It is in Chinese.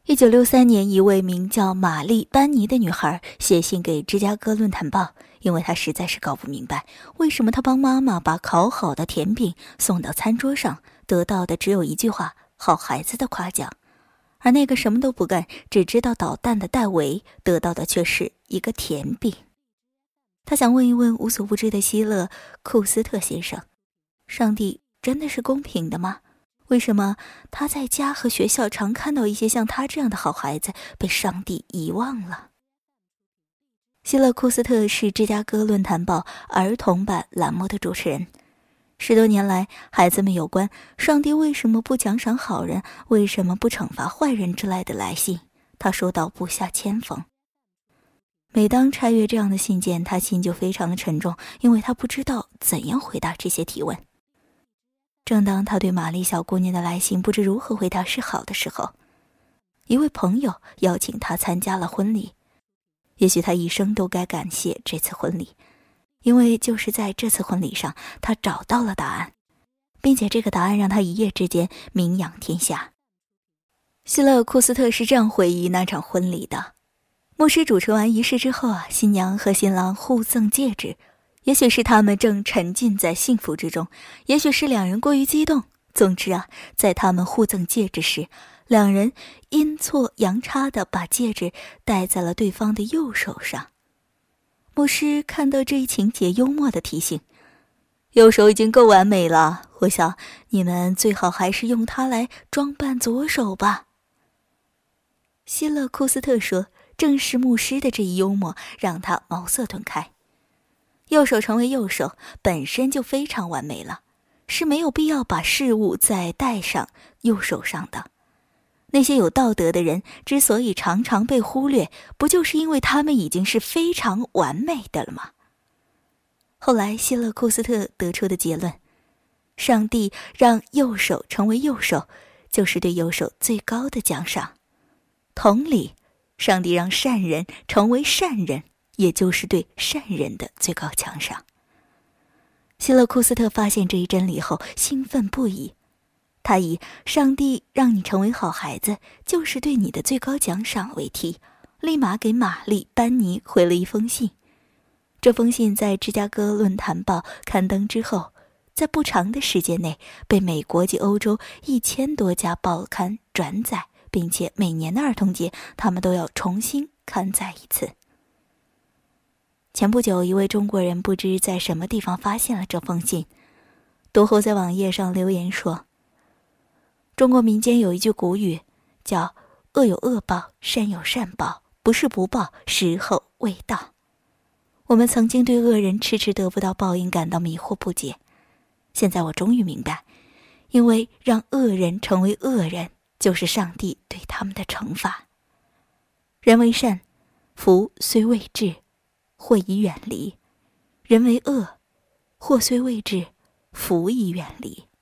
1963年，一位名叫玛丽·班尼的女孩写信给芝加哥论坛报，因为她实在是搞不明白，为什么她帮妈妈把烤好的甜饼送到餐桌上，得到的只有一句话“好孩子”的夸奖，而那个什么都不干，只知道捣蛋的戴维得到的却是一个甜饼。她想问一问无所不知的希勒·库斯特先生，上帝真的是公平的吗？为什么他在家和学校常看到一些像他这样的好孩子被上帝遗忘了？希勒·库斯特是芝加哥论坛报儿童版栏目的主持人。10多年来，孩子们有关上帝为什么不奖赏好人，为什么不惩罚坏人之类的来信，他收到不下千封。每当拆阅这样的信件，他心就非常的沉重，因为他不知道怎样回答这些提问。正当他对玛丽小姑娘的来信不知如何回答是好的时候，一位朋友邀请他参加了婚礼。也许他一生都该感谢这次婚礼，因为就是在这次婚礼上，他找到了答案，并且这个答案让他一夜之间名扬天下。希勒·库斯特是这样回忆那场婚礼的：牧师主持完仪式之后，新娘和新郎互赠戒指。也许是他们正沉浸在幸福之中，也许是两人过于激动。总之在他们互赠戒指时，两人阴错阳差地把戒指戴在了对方的右手上。牧师看到这一情节，幽默地提醒：右手已经够完美了，我想你们最好还是用它来装扮左手吧。希勒·库斯特说，正是牧师的这一幽默让他茅塞顿开。右手成为右手本身就非常完美了，是没有必要把事物再戴上右手上的。那些有道德的人之所以常常被忽略，不就是因为他们已经是非常完美的了吗？后来希勒·库斯特得出的结论：上帝让右手成为右手，就是对右手最高的奖赏。同理，上帝让善人成为善人，也就是对善人的最高奖赏。希勒·库斯特发现这一真理后兴奋不已，他以上帝让你成为好孩子就是对你的最高奖赏为题，立马给玛丽·班尼回了一封信。这封信在芝加哥论坛报刊登之后，在不长的时间内被美国及欧洲1000多家报刊转载，并且每年的儿童节他们都要重新刊载一次。前不久，一位中国人不知在什么地方发现了这封信，读后在网页上留言说：中国民间有一句古语，叫恶有恶报，善有善报，不是不报，时候未到。我们曾经对恶人迟迟得不到报应感到迷惑不解，现在我终于明白，因为让恶人成为恶人，就是上帝对他们的惩罚。人为善，福虽未至，祸已远离；人为恶，祸虽未至，福已远离。